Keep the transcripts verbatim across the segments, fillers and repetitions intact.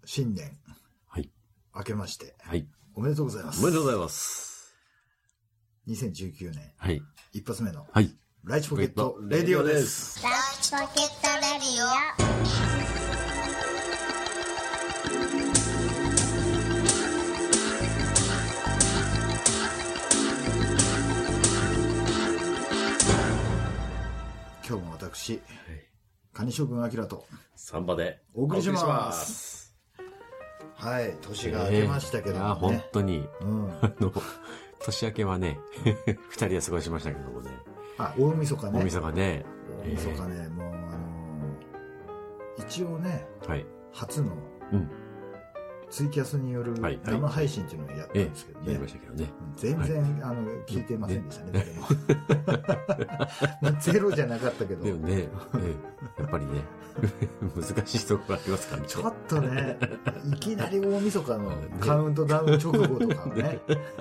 新年。 はい。 明けまして。 はい。 おめでとうございます。 おめでとうございます。 にせんじゅうきゅうねん。 はい。 一発目の。 はい。 ライチポケットレディオです。 ライチポケットレディオ。 今日も私、カニ将軍アキラとサンバでお送りします。はい、年が明けましたけどもね。 えー、いや本当に、 うん、 あの年明けはね二人で過ごしましたけどもね。 あ、大晦日ね。 大晦日ね。 大晦日ね、えー、もうあのー、一応ね、はい、初のツイキャスによる生配信っていうのをやったんですけどね。 やりましたけどね。 全然、はい、あの聞いてませんでしたね、誰も。まあゼロじゃなかったけど。 でもね、えー、やっぱりね、難しいところがありますからね。 ちょっとね、いきなり大晦日のカウントダウン直後とかね。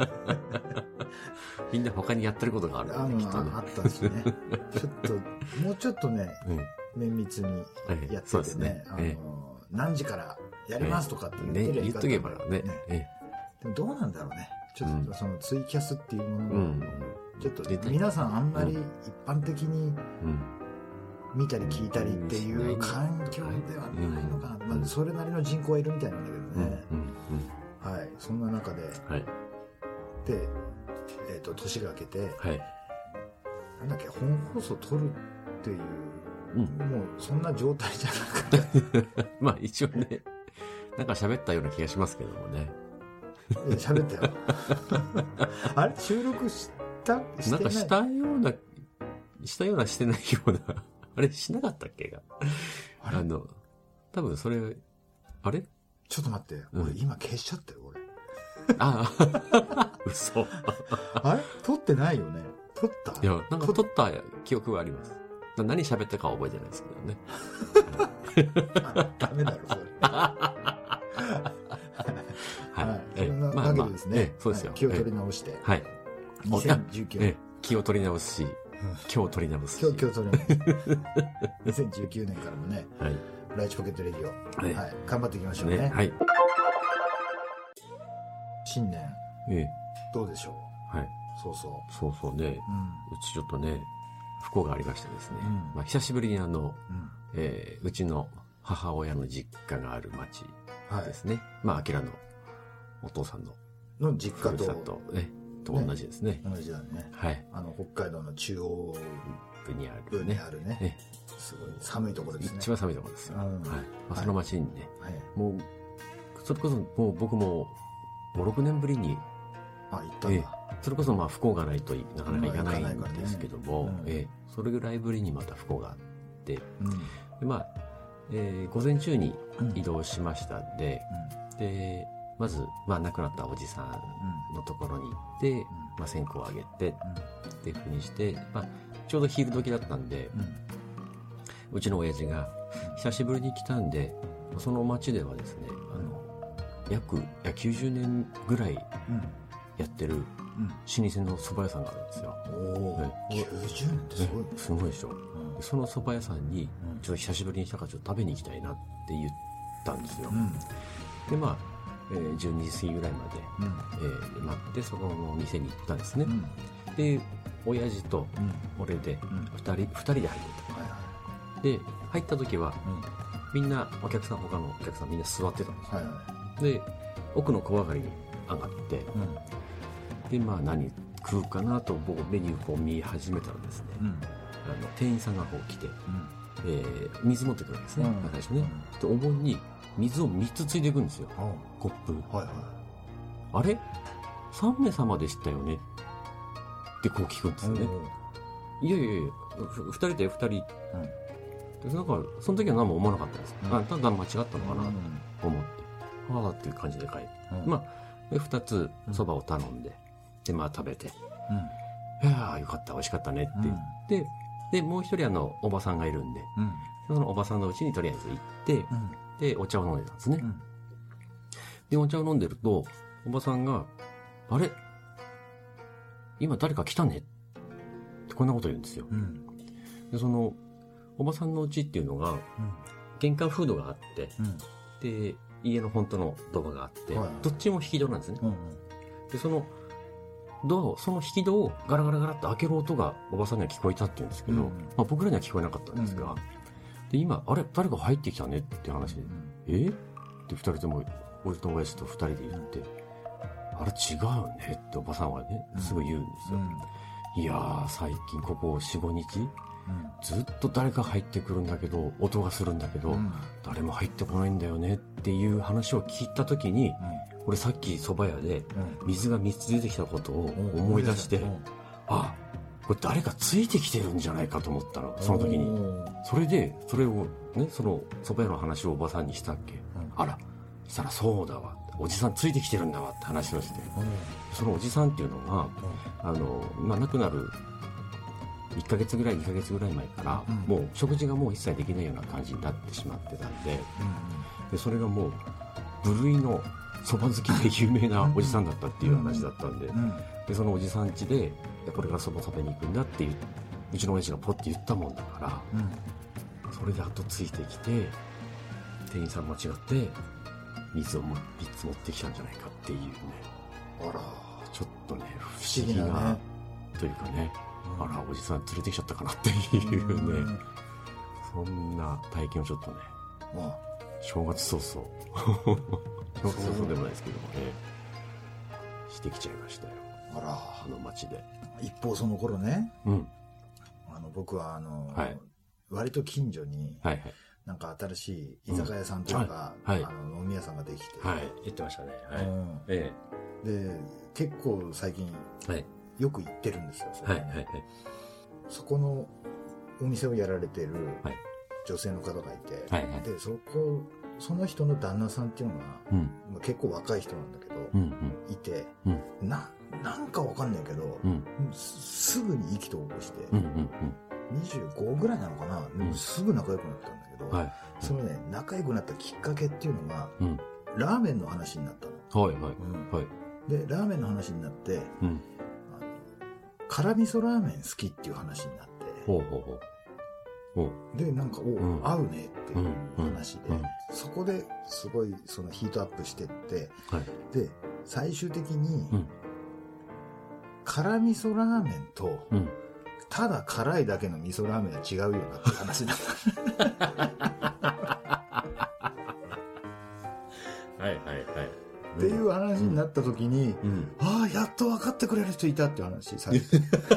みんな他にやってることがあるんで、ね、あ, あったしね。ちょっと、もうちょっとね、うん、綿密にやっててね、はいねあのええ、何時からやりますとかって言ってりゃいいかったんだよね。言っとけばね。ええ、でもどうなんだろうね。ちょっとそのツイキャスっていうものを、うん、ちょっと皆さんあんまり一般的に見たり聞いたりっていう環境ではないのかな。うんまあ、それなりの人口はいるみたいなんだけどね。うんうん、はい。そんな中で、はい、で、えっと、年が明けて、はい、なんだっけ、本放送撮るっていう、うん、もうそんな状態じゃなくて。 まあ一応ね、なんか喋ったような気がしますけどもね。 いや、喋ったよ。あれ収録したしてないなんかしたような、したようなしてないような、あれしなかったっけが。あ, あの、多分それ、あれちょっと待って、俺、うん、今消しちゃったよ、俺。 ああ、嘘。 あれ撮ってないよね。撮った？ いや、なんか撮った記憶はあります。何喋ったかは覚えてないですけどね。ダメだろ、それ。はい。そんなわけでですね。そうですよ。気を取り直して。はい。にせんじゅうきゅうねん。 気を取り直すし、今日取り直すし。 今日、今日取り直す。にせんじゅうきゅうねんからもね、はい、ライチポケットレディオ、はい、頑張っていきましょうね。はい。新年、ええ、どうでしょう。はい。そうそう。 そうそうね。うん、うちちょっとね、不幸がありましてですね。うん、まあ久しぶりにあの、うんえー、うちの母親の実家がある町ですね。はい、まあ、アキラのお父さんの。 の実家と。 と、ね、と同じですね。 ね同じだね。はい。あの、北海道の中央部にある、 ね。部にあるね。ねすごい寒いところですね。 一番寒いところですよ。うん、はい。まあ、その町にね、はい、もう、それこそもう僕も、ご、ろくねんぶりに、 あ、行ったんだ。えそれこそまあ不幸がないとなかなか行かないんですけども、ねうんえー、それぐらいぶりにまた不幸があって、うん、でまあ、えー、午前中に移動しましたんで、うん、でまず、まあ、亡くなったおじさんのところに行って、うんまあ、線香をあげて、うん、っていうふうにして、まあ、ちょうど昼時だったんで、うん、うちの親父が久しぶりに来たんでその町ではですねあの約きゅうじゅうねんぐらいやってる、うん老舗の蕎麦屋さんがあるんですよ。 おね、きゅうじゅうねんってすごい、ね、 すごいでしょ、うん、その蕎麦屋さんにちょっと久しぶりに来たからちょっと食べに行きたいなって言ったんですよ、うん、でまあ、えー、じゅうにじ過ぎぐらいまで、うんえー、待ってそこの店に行ったんですね、うん、で親父と俺でふたり、うん、ふたりで入ってた、はいはい、で入った時は、うん、みんなお客さん他のお客さんみんな座ってたんですよ、はいはい、で奥の小上がりに上がって、うんでまあ何食うかなと僕メニューこう見始めたらですね、うん、あの店員さんがこう来て、うんえー、水持ってくるんですね、うん、最初ね、うん、でお盆に水をみっつついでいくんですよ、うん、コップ、はいはい、あれさんめい様でしたよねってこう聞くんですよね、いやいやいやふたりでふたり、うん、でなんかその時は何も思わなかったんです、うん、あただ間違ったのかなと思って、うん、ああっていう感じで帰って、うん、まあふたつそばを頼んででまあ食べて、うん、いやーよかった美味しかったねって言って、うん、でもう一人あのおばさんがいるんで、うん、そのおばさんのうちにとりあえず行って、うん、でお茶を飲んでたんですね、うん、でお茶を飲んでるとおばさんがあれ今誰か来たねってこんなこと言うんですよ、うん、でそのおばさんのうちっていうのが、うん、玄関フードがあって、うん、で家の本当のドアがあって、はい、どっちも引き戸なんですね、うんうん、でそのドアをその引き戸をガラガラガラっと開ける音がおばさんには聞こえたって言うんですけど、うんまあ、僕らには聞こえなかったんですが、うん、で今あれ誰か入ってきたねっていう話で、うん、えって二人とも俺と親父と二人で言って、うん、あれ違うよねっておばさんはねすぐ言うんですよ、うん、いやー最近ここ よん、ごにち、うん、ずっと誰か入ってくるんだけど音がするんだけど、うん、誰も入ってこないんだよねっていう話を聞いた時に、うん、俺さっき蕎麦屋で水がみっつ出てきたことを思い出して、うん、あこれ誰かついてきてるんじゃないかと思ったのその時に。それでそれをねその蕎麦屋の話をおばさんにしたっけ、うん、あらしたらそうだわおじさんついてきてるんだわって話をして、うん、そのおじさんっていうのが、うん、あのまあ亡くなるいっかげつぐらいにかげつぐらい前から、うん、もう食事がもう一切できないような感じになってしまってたんで、うん、でそれがもう部類のそば好きで有名なおじさんだったっていう話だったんで、うん、でそのおじさん家でこれからそば食べに行くんだっていううちの親父がポッて言ったもんだから、うん、それで後ついてきて店員さん間違って水をみっつ持ってきたんじゃないかっていうね、 あらちょっとね不思議な、ね、というかね、あらおじさん連れてきちゃったかなっていうね、うん、そんな体験をちょっとね、まあ、正月早々正月早々でもないですけどもねしてきちゃいましたよ、 あらあの街で。 一方その頃ね、うん、あの僕はあの、はい、割と近所に、はいはい、なんか新しい居酒屋さんとか、うんはい、あの飲み屋さんができて、 はい、言ってましたね、はいうんええ、で結構最近、はい、よく行ってるんですよ、そ, はいはいはい、そこのお店をやられてる女性の方がいて、はいはい、でそこその人の旦那さんっていうのが、うん、結構若い人なんだけど、うんうん、いて、うん、な, なんかわかんないけど、うん、すぐに意気投合して、うんうんうん、にじゅうごぐらいなのかな、でもすぐ仲良くなったんだけど、うんはい、そのね仲良くなったきっかけっていうのが、うん、ラーメンの話になったの。はいはいうんはい、でラーメンの話になって、うん、あの辛味噌ラーメン好きっていう話になって、ほうほうほうでなんかお、うん、合うねっていう話で、うんうん、そこですごいそのヒートアップしてって、はい、で最終的に、うん、辛味噌ラーメンと、うん、ただ辛いだけの味噌ラーメンは違うよなって話だったはいはいはいっていう話になった時に、うん、ああやっと分かってくれる人いたっていう話最初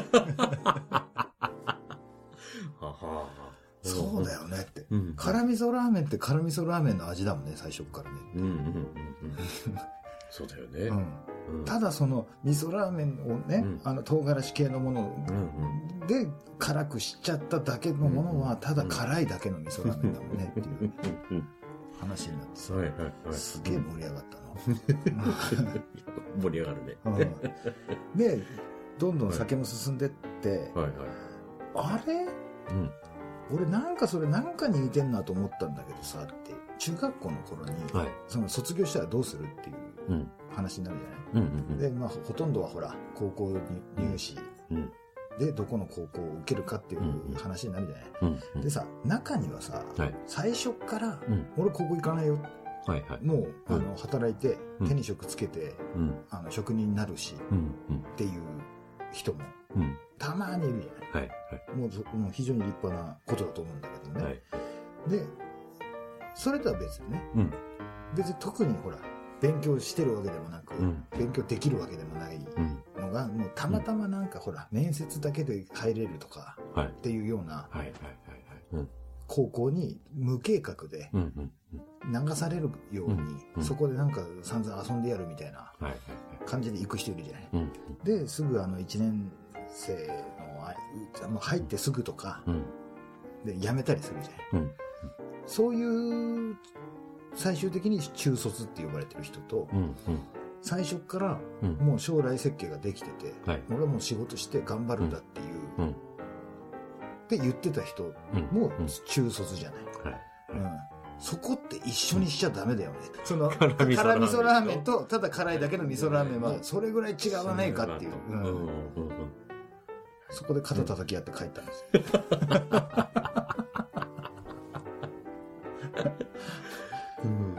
そうだよねって、うん、辛味噌ラーメンって辛味噌ラーメンの味だもんね最初からね、うんうんうんうん、 そうだよね、うんうん、ただその味噌ラーメンをね、うん、あの唐辛子系のもので辛くしちゃっただけのものはただ辛いだけの味噌ラーメンだもんねっていう話になって、はいはいはい、すげえ盛り上がったの盛り上がるね、 うん、でどんどん酒も進んでって、はいはいはい、あれ、うん俺なんかそれなんかに似てんなと思ったんだけどさって中学校の頃に、はい、その卒業したらどうするっていう話になるじゃない、うんうんうん、でまあほとんどはほら高校に入試でどこの高校を受けるかっていう話になるじゃない、うんうん、でさ中にはさ、はい、最初から俺高校行かないよ、はいはい、もう、うん、あの働いて手に職つけて、うん、あの職人になるし、うんうん、っていう人も、うんたまにいるじゃない、はいはい、もうもう非常に立派なことだと思うんだけどね、はい、でそれとは別にね、うん、別に特にほら勉強してるわけでもなく、うん、勉強できるわけでもないのが、うん、もうたまたまなんかほら面接だけで入れるとかっていうような高校に無計画で流されるように、うんうん、そこでなんか散々遊んでやるみたいな感じで行く人いるじゃない、うん、ですぐあのいちねん生のもう入ってすぐとか、うん、で辞めたりするじゃない、うん、そういう最終的に中卒って呼ばれてる人と、うんうん、最初からもう将来設計ができてて、うん、俺はもう仕事して頑張るんだっていう、うん、って言ってた人も中卒じゃない、うんうん、そこって一緒にしちゃダメだよね、その辛味噌ラーメンとただ辛いだけの味噌ラーメンはそれぐらい違わないかっていう、うんうんうんうん、そこで肩叩き合って帰ったんですよ、うんうん、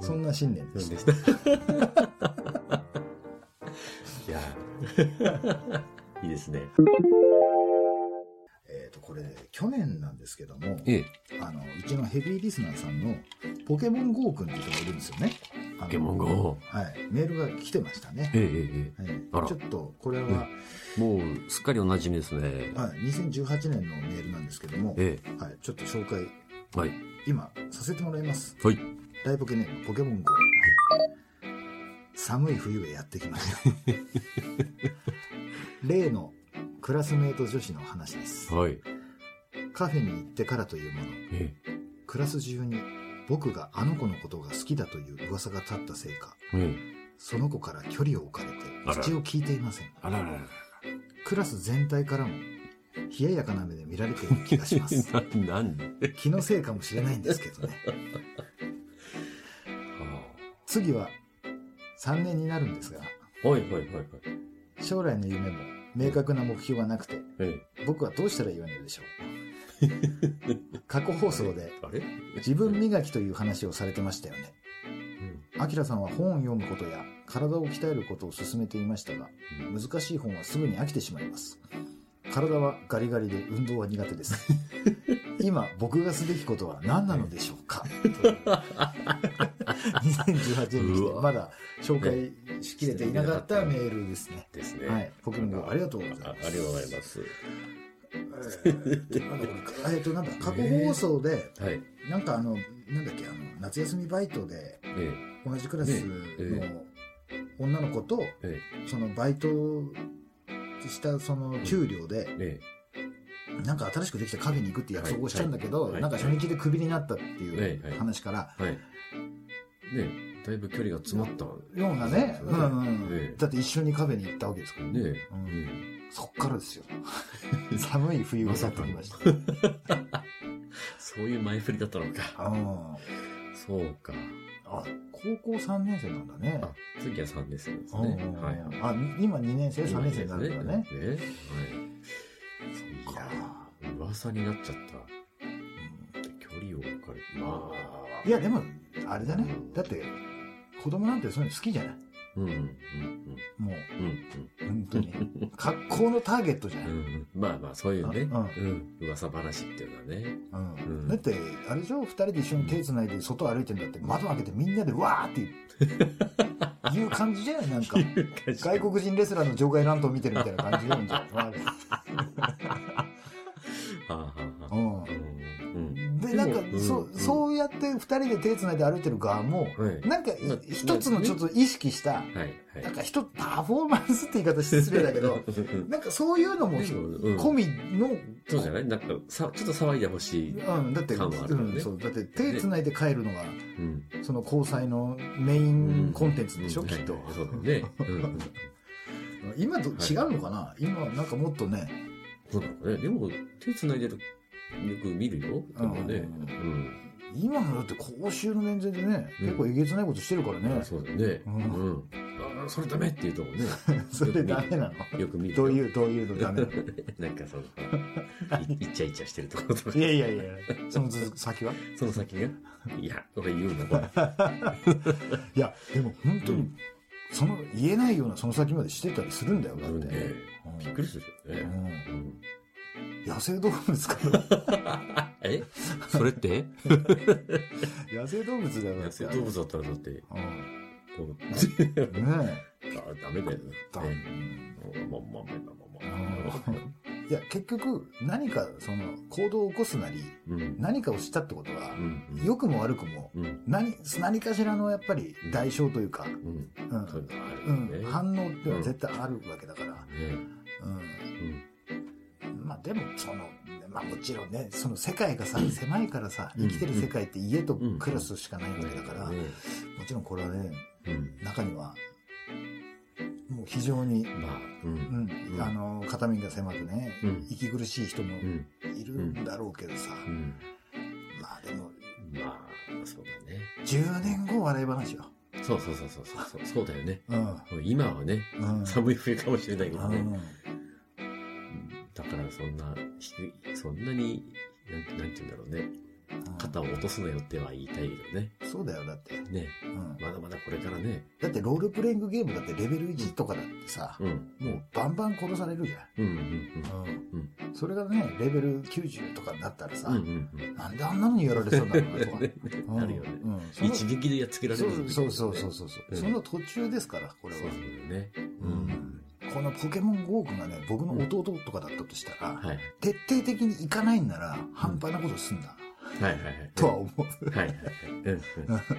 そんな新年でした。 いやいいですね。 えっと、これ、去年なんですけども、 ええ、あの、うちのヘビーリスナーさんのポケモン GO 君っていう人がいるんですよね。 ポケモン GO。 はい。メールが来てましたね。 ええええ。 はい、ちょっと、これは、 もう、すっかりお馴染みですね。 はい。にせんじゅうはちねんのメールなんですけども、ええ、はい。ちょっと紹介、はい。今、させてもらいます。 はい。 大ポケネーム、ポケモン GO。はい。寒い冬がやってきました。例のクラスメート女子の話です。はい。カフェに行ってからというもの、ええ、クラス中に僕があの子のことが好きだという噂が立ったせいか、ええ、その子から距離を置かれて口を聞いていません。あらららら。クラス全体からも冷ややかな目で見られている気がします。ななんで気のせいかもしれないんですけどね。次はさんねんになるんですが、はいはいはいはい。将来の夢も明確な目標がなくて、ええ、僕はどうしたらいいのでしょう。過去放送で自分磨きという話をされてましたよね。あきらさんは本を読むことや体を鍛えることを勧めていましたが、難しい本はすぐに飽きてしまいます。体はガリガリで運動は苦手です。今僕がすべきことは何なのでしょうか。にせんじゅうはちねんにしてまだ紹介しきれていなかったメールですね。 ですね。 はい。ポケモン GO ありがとうございます。 ありがとうございます。 えっとなんだ過去放送で、えーはい、なんかあのなんだっけあの夏休みバイトで、えー、同じクラスの女の子と、えー、そのバイトしたその給料で、えー、なんか新しくできたカフェに行くって約束をしたんだけど、はいはい、なんか初日でクビになったっていう話から、はいはいはいね、だいぶ距離が詰まったようなね、うんうん、ね、だって一緒にカフェに行ったわけですからね。ね、うん、そっからですよ。寒い冬が去ってきました。 そういう前振りだったのか。あそうか。 あ、高校さんねん生なんだね。 あ、次はさんねん生ですね。はい、 あ、今にねん生、さんねん生になるんだね。ね、はい。 そっか。噂になっちゃった。距離を置かれて、まあ。いや、でも、あれだね。だって、子供なんてそういうの好きじゃない？うんうんうん、もう、うんうん、本当に格好のターゲットじゃない、うん、 まあまあそういうね、うんうん、噂話っていうのはね、 うんうん、だってあれでしょ、ふたりで一緒に手つないで外歩いてるんだって、窓開けてみんなでわーっていう感じじゃない、なんか外国人レスラーの場外乱闘見てるみたいな感じなんじゃないはあはあ、うんでなんか、うん、そ, そうやってふたりで手つないで歩いてる側も、はい、なんか一つのちょっと意識した、はいはい、なんか一つパフォーマンスって言い方失礼だけどなんかそういうのも込みの、うん、 そうじゃない、なんかさちょっと騒いでほしい感はあるよね、うん、 そうだって手つないで帰るのが、ね、その交際のメインコンテンツでしょ、うん、きっと、はいはい、そうだね、うん、今と違うのかな、はい、今なんかもっとね、 そうだね、でも手つないでるよく見るよ。でもね、うん、 今のだって公衆の面前でね、うん、結構えげつないことしてるからね。 そうだね。うんうん、あそれダメって言うともね。 それダメなの？よく見る。どういうどういうのダメなの？ なんかそのイチャイチャしてるところとか。 いやいやいや。その先は？ その先が？いや、俺言うんだ。 いやでも本当に、うん、その言えないようなその先までしてたりするんだよ。だって。ね、 うん、びっくりするよね。うんうん野生動物かなえそれって野生動物だよ。 野生動物だったらだって、うん、ねえダメだよね。ダメ、まあまあまあまあまあいや結局何かその行動を起こすなり、うん、何かをしたってことは、うんうん、良くも悪くも、うん、何, 何かしらのやっぱり代償というか、うんうんうん、反応っては絶対あるわけだから、うんうんまあでもそのまあもちろんねその世界がさ狭いからさ生きてる世界って家とクラスしかないわけだからもちろんこれはね中にはもう非常にまあうんあの肩身が狭くね息苦しい人もいるんだろうけどさまあでもまあそうだねじゅうねんご笑い話よ。 そうそうそうそうそうそうだよね。今はね寒い冬かもしれないけどね。だからそんな低いそんなになんてなんて言うんだろうね、 肩を落とすなよっては言いたいけどね。 そうだよ、だって。 ね、うん。まだまだこれからね。 だってロールプレイングゲームだってレベルいちとかだってさ、うん、もうバンバン殺されるじゃん。うんうんうんうん、それがね、レベルきゅうじゅうとかになったらさ、うんうんうん、なんであんなのにやられそうなんだろうなとか。 なるよね、うん。一撃でやっつけられる、 ね。そうそうそうそうそう、うん。その途中ですから、これは。そうですね。うん。このポケモン ゴー がね、僕の弟とかだったとしたら、うんはい、徹底的にいかないんなら、半端なことすんだ。うん、はいはいはい。とは思う。はいはいはい。うんうん、はいはい。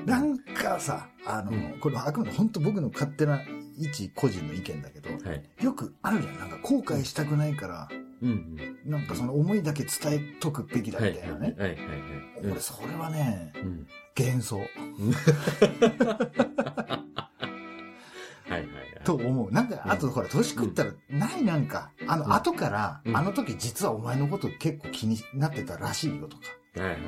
なんかさ、あの、うん、これあくまで本当僕の勝手な一個人の意見だけど、はい、よくあるじゃん。なんか後悔したくないから、うんうん、なんかその思いだけ伝えとくべきだみたいなね。はいはいはいはい。俺それはね、うん、幻想。はいはいはい、と思う。なんか、あと、ほら、年食ったら、ないなんか、あの、後から、あの時実はお前のこと結構気になってたらしいよとか。はいはいはい。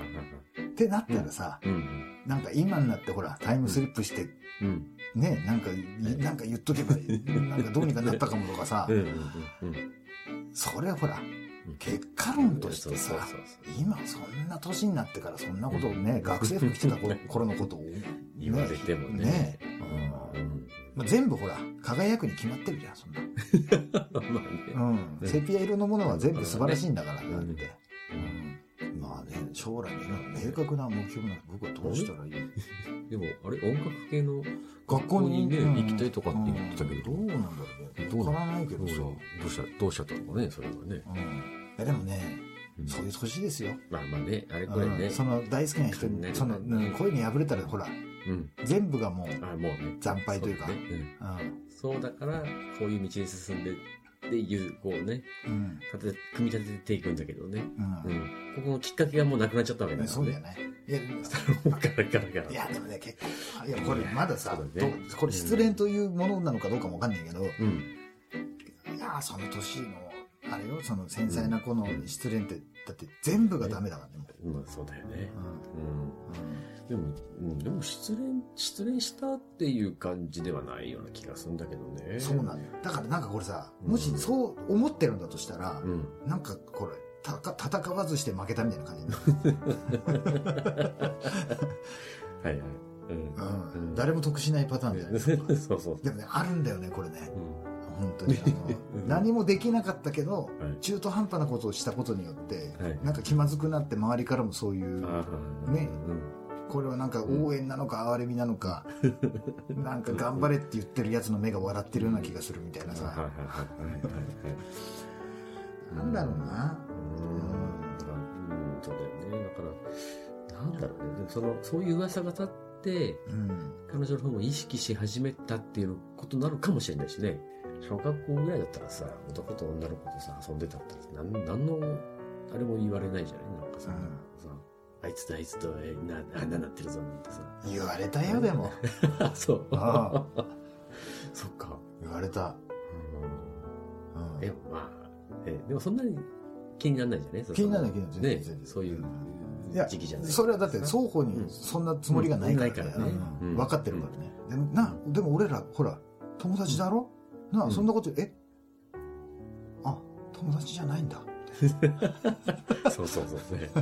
ってなったらさ、なんか今になってほら、タイムスリップして、ね、なんか、なんか言っとけば、なんかどうにかなったかもとかさ、それはほら、結果論としてさ、今そんな年になってからそんなことをね、学生服着てた頃のことを言われてもね。 まあ、全部ほら、輝くに決まってるじゃん、そんな。まあね、うん。セピア色のものは全部素晴らしいんだから、だって。うん、まあね、将来に明確な目標なんて僕はどうしたらいいでも、あれ、音楽系の学校にね、行きたいとかって言ってたけど。 どうなんだろうね。わからないけどさ。どうした、どうしちゃったのかね、それはね。うん。 え、でもね、そういう年ですよ。 まあまあね、あれこれね。 その大好きな人に、その、声に破れたら、ほら、全部がもう、惨敗というか。 そうだから、こういう道に進んでっていう、こうね、立て、組み立てていくんだけどね。ここのきっかけがもうなくなっちゃったわけだよね。 そうだよね。いや、 ガラガラガラ。 いや、でもね、結構、いや、これまださ、これ失恋というものなのかどうかもわかんないけど、いや、その年の、あれよ、その繊細な子の失恋って、だって全部がダメだからね。 まあそうだよね。でも、でも失恋、失恋したっていう感じではないような気がするんだけどね。 そうなんだよ。だからなんかこれさ、もしそう思ってるんだとしたら、なんかこれ、たか戦わずして負けたみたいな感じになる。はいはい。誰も得しないパターンじゃないですか。そうそう。でもね、あるんだよね、これね。本当にあの何もできなかったけど、はい、中途半端なことをしたことによって、はい、なんか気まずくなって周りからもそういうね、うん、これはなんか応援なのか哀れみなのか、うん、なんか頑張れって言ってるやつの目が笑ってるような気がするみたいなさ、なんだろうな、うん、 そうだよね。だからなんだろうね、でもそのそういう噂が立って、うん、彼女の方も意識し始めたっていうことなのかもしれないしね。小学校ぐらいだったらさ、男と女の子とさ、遊んでたってなんなんのあれも言われないじゃないなんかさ、うん、さあいつとあいつとえなあんななってるぞなんてさ言われたよ。でもそうああそっか言われた。 うん、でもまあえでもそんなに気にならないじゃない気にならない気にならないねそういう時期じゃない。 それはだって双方にそんなつもりがないからね。分かってるからね。でもなでも俺らほら友達だろ。なあ、そんなこと、えあ、友達じゃないんだ。 そうそうそうね。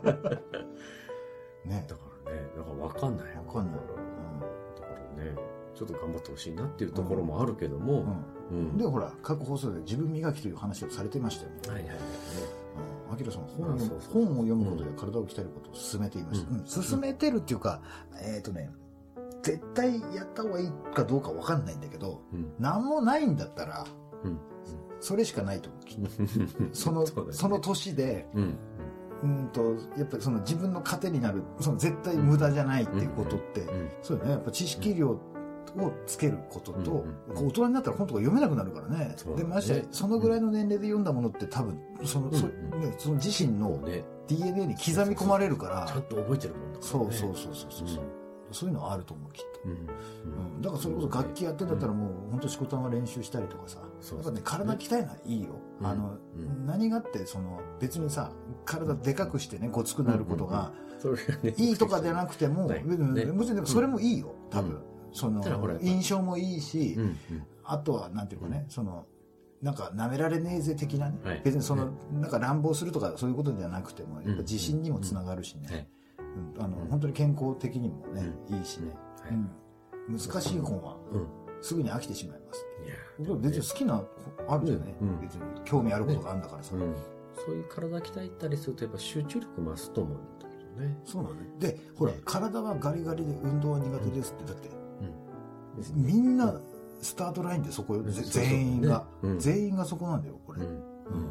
ね。だからね、だから分かんない。 分かんない。うん、 だからね、ちょっと頑張ってほしいなっていうところもあるけども。 うんうん、で、ほら、各放送で自分磨きという話をされてましたよね。はいはいはい。あきらさんは本を読むことで体を鍛えることを進めていました。うん、進めてるっていうか、えっとね、絶対やった方がいいかどうか分かんないんだけど、うん、何もないんだったら、うん、それしかないと思う。その、そ, ね、その年で、うん、うんと、やっぱりその自分の糧になる、その絶対無駄じゃないっていうことって、うん、そうよね。やっぱ知識量をつけることと、うん、大人になったら本とか読めなくなるからね。で、まして、そのぐらいの年齢で読んだものって多分、その、うんそね、その自身の ディーエヌエー に刻み込まれるから。 ちゃんと覚えてるもんだからね。 そうそうそうそうそう。うんそういうのはあると思うきっと、うんうん、だからそれこそ楽器やってんだったらもう本当しこたま練習したりとかさ、うん、やっぱね体鍛えないいよ、うん、あの、うん、何がってその別にさ体でかくしてねごつくなることがいいとかじゃなくても、ね、別にそれもいいよ多分、うん、その印象もいいし、うん、あとはなんていうかね、うん、そのなんか舐められねえぜ的なね、はい、別にその、ね、なんか乱暴するとかそういうことじゃなくてもやっぱ自信にもつながるしね、うん、あの本当に健康的にもね、うん、いいしね、うん、難しい本はすぐに飽きてしまいます、いや別に好きなあるじゃね、うん、別に興味あることがあるんだからさ、ねうん、 そういう体鍛えたりするとやっぱ集中力増すと思うんだけどね。 そうなのね。でほら、ね、体はガリガリで運動は苦手ですって、だって、うん、みんなスタートラインでそこよ、うん、全員が、ねうん、全員がそこなんだよこれ、うんうん、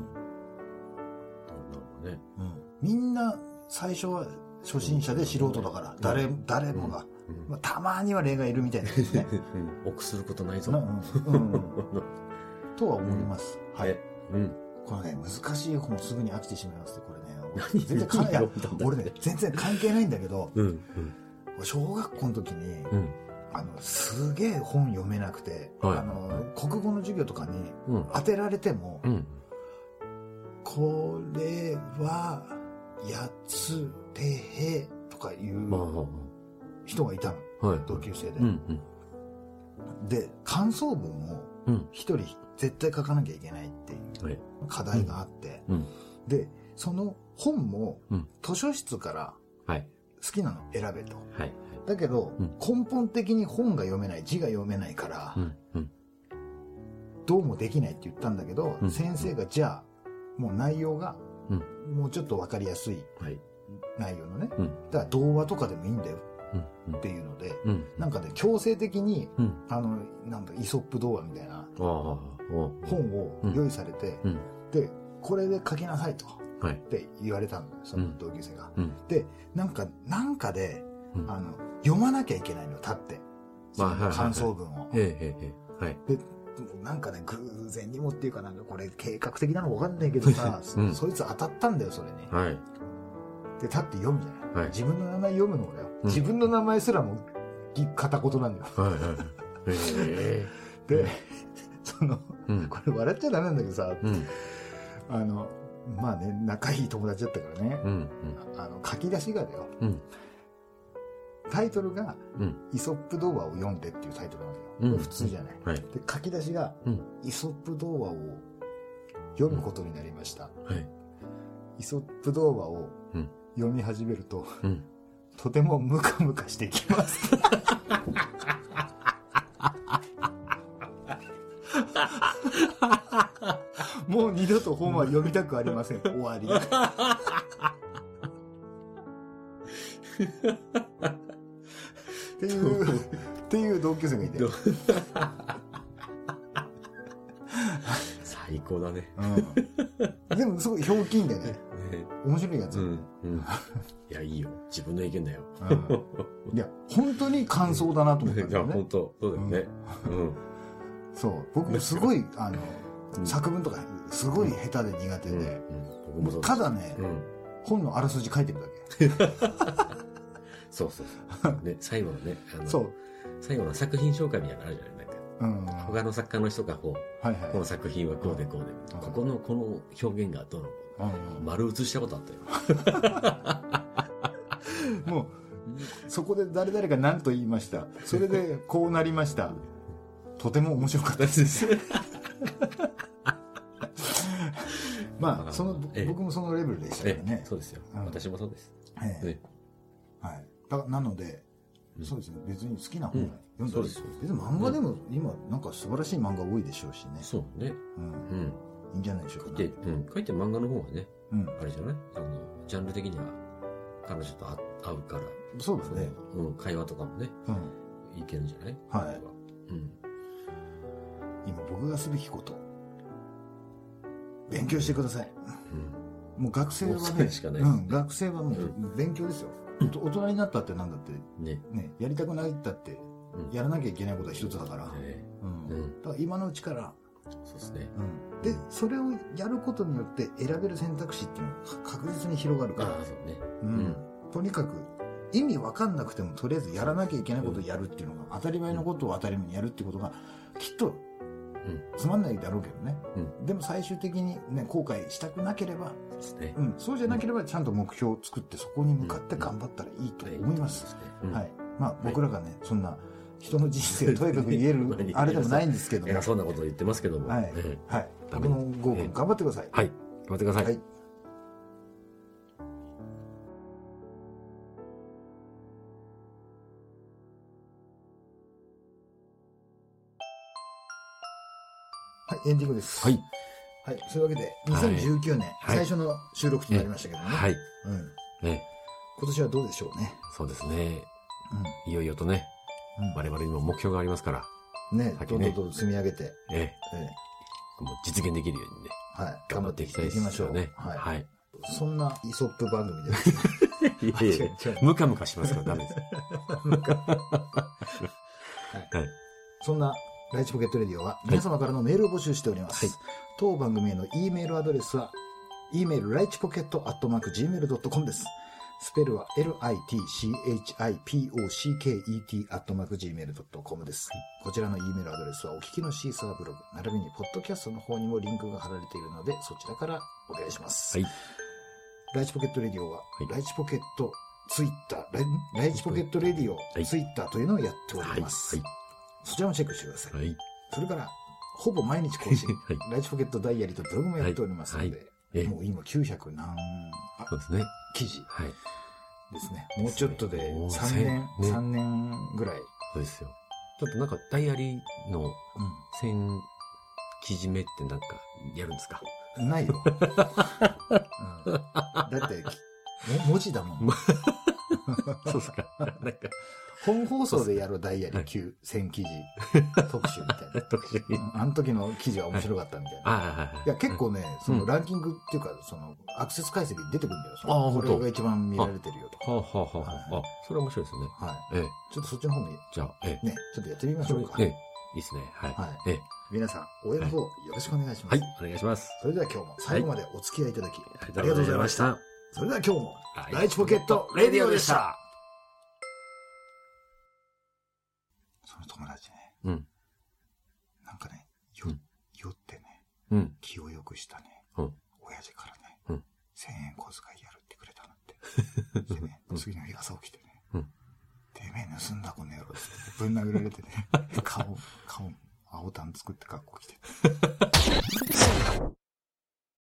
うんねうん、みんな最初は初心者で素人だから、うん、誰, 誰もが、うんまあ、たまには例がいるみたいなですね臆することないぞ、 うんうんうん、とは思います、うん、はい、うん、このね難しい本すぐに飽きてしまいますってこれね全然関係俺ね全然関係ないんだけど、うんうん、小学校の時に、うんあのすげえ本読めなくて、はい、あの国語の授業とかに当てられても、うん、これはやつてへとかいう人がいたの、はい、同級生で、うんうん、で感想文を一人絶対書かなきゃいけないっていう課題があって、うんうん、でその本も図書室から好きなの選べと、はいだけど、うん、根本的に本が読めない字が読めないから、うんうん、どうもできないって言ったんだけど、うん、先生がじゃあもう内容が、うん、もうちょっと分かりやすい内容のね、うん、だから童話とかでもいいんだよっていうので、うん、なんかね強制的に、うん、あのなんだイソップ童話みたいな本を用意されて、うん、でこれで書きなさいと、はい、って言われたのその同級生が、うん、でなんかなんかで、うん、あの読まなきゃいけないの立ってその感想文を、でなんかね偶然にもっていうかなんかこれ計画的なの分かんないけどさ、うん、そいつ当たったんだよそれに、はい、で立って読むじゃない、はい、自分の名前読むのだよ、うん、自分の名前すらも片言なんだよ、はいはいえー、でその、うん、これ笑っちゃダメなんだけどさ、うん、あのまあね仲いい友達だったからね、うんうん、あの書き出しがだよ、うんタイトルが、うん、イソップ童話を読んでっていうタイトルなんだよ、うん、普通じゃない、はい、で書き出しが、うん、イソップ童話を読むことになりました、うんはい、イソップ童話を読み始めると、うん、とてもムカムカしてきますもう二度と本は読みたくありません終わりっていうっていう同級生がいて最高だね、 うん、でもすごいひょうきんでね、ね面白いやつ、うんうん、 いやいいよ自分の意見だよ、 うん、いや本当に感想だなと思ったんだよね、 いや本当そうだよね、うんうん、 そう僕もすごいあの、うん、作文とかすごい下手で苦手で、うんうん、ただね、うん、本のあらすじ書いてるだけそうそうそう。ね、最後のね、あの、そう。最後の作品紹介みたいなのあるじゃないなんか。うん。他の作家の人がこう、はいはい、この作品はこうでこうで、うん、ここの、この表現がどうの、うん、丸写したことあったよ。 もう、そこで誰々が何と言いました。それでこうなりました。とても面白かったです。まあ、その、ええ、僕もそのレベルでしたからね。 そうですよ。うん、私もそうです。ええ、 はい。だなので、うん、そうですね。別に好きな本を読んだり、うん、別に漫画でも今なんか素晴らしい漫画多いでしょうしね。 そうね。うん。うん、 いいんじゃないでしょうか。 で、うん、書いてる漫画の方がね、うん、あれじゃない？あのジャンル的には彼女と合うから。 そうですね。 うん、会話とかもね、うん、いけるんじゃない？はい。うん。 今僕がすべきこと、勉強してください。うん、もう学生はね、しかない、うん、学生はもう勉強ですよ。大人になったってなんだって、ねね、やりたくないったってやらなきゃいけないことは一つだから、うんうん、だから今のうちからそうですね、 うん、でそれをやることによって選べる選択肢っていうのが確実に広がるから、あ、そうね、うんうん、とにかく意味分かんなくてもとりあえずやらなきゃいけないことをやるっていうのが、当たり前のことを当たり前にやるっていうことがきっとつまんないだろうけどね、うん、でも最終的に、ね、後悔したくなければ そうですね、うん、そうじゃなければちゃんと目標を作ってそこに向かって頑張ったらいいと思います、うんうん、はい、まあ、僕らがね、はい、そんな人の人生とにかく言えるあれでもないんですけども。 偉そうなことを言ってますけども。 はい。はい。このごふん頑張ってください。 はい。頑張ってください。はい。 はい、エンディングです。 はい。 はい、そういうわけで、にせんじゅうきゅうねん、最初の収録となりましたけどもね。 はい。 うん。ね。今年はどうでしょうね。 そうですね。うん。いよいよとね、我々にも目標がありますから。 ね、どんどんどん積み上げて。 ええ。もう実現できるようにね。 はい。 頑張っていきたいですね。 いきましょうね。 はい。 そんなイソップ番組ですね。 いやいや、ムカムカしますからダメです。 はい。そんな、ライチポケットレディオは皆様からのメールを募集しております。はい、当番組への E メールアドレスは e メールライチポケットアットマーク ジーメールドットコム です。スペルは エルアイティーシーエイチアイピーオーシーケーイーティー アットマーク ジーメールドットコム です。こちらの E メールアドレスはお聞きのシーサーブログ並びにポッドキャストの方にもリンクが貼られているのでそちらからお願いします。はい、ライチポケットレディオは、はい、ライチポケットツイッターライ、ライチポケットレディオ、はい、ツイッターというのをやっております。はいはい、そちらもチェックしてください。はい、それから、ほぼ毎日更新、はい、ライチポケットダイアリーとブログもやっておりますので、はいはい、もう今きゅうひゃく何そうですね記事はいですね。もうちょっとでさんねん、ね、さんねんぐらい。 そうですよ。ちょっとなんかダイアリーのせん記事目ってなんかやるんですか？ ないよ。うん、だって文字だもん。 そうですか。なんか本放送でやるダイアリーきゅうせん記事特集みたいな。特集。あの時の記事は面白かったみたいな。はい、いや結構ね、そのランキングっていうか、そのアクセス解析出てくるんだよ。ああ、これが一番見られてるよとか。はあはあはあ。あ、それは面白いですね。はい。ええ。ちょっとそっちの方も、じゃあ、ええ。ね、ちょっとやってみましょうか。ええ。いいですね。はい。はい。ええ。皆さん、応援の方よろしくお願いします。はい、お願いします。それでは今日も最後までお付き合いいただき、ありがとうございました。それでは今日も、ライチポケットレディオでした。その友達ね、うん、なんかね、よ、酔ってね、うん、気を良くしたね、うん、親父からね、うん、せんえん小遣いやるってくれたのって。でね、次の日朝起きてね、うん、てめえ盗んだこの野郎ってぶん殴られてね、顔、顔、青タン作って学校来て。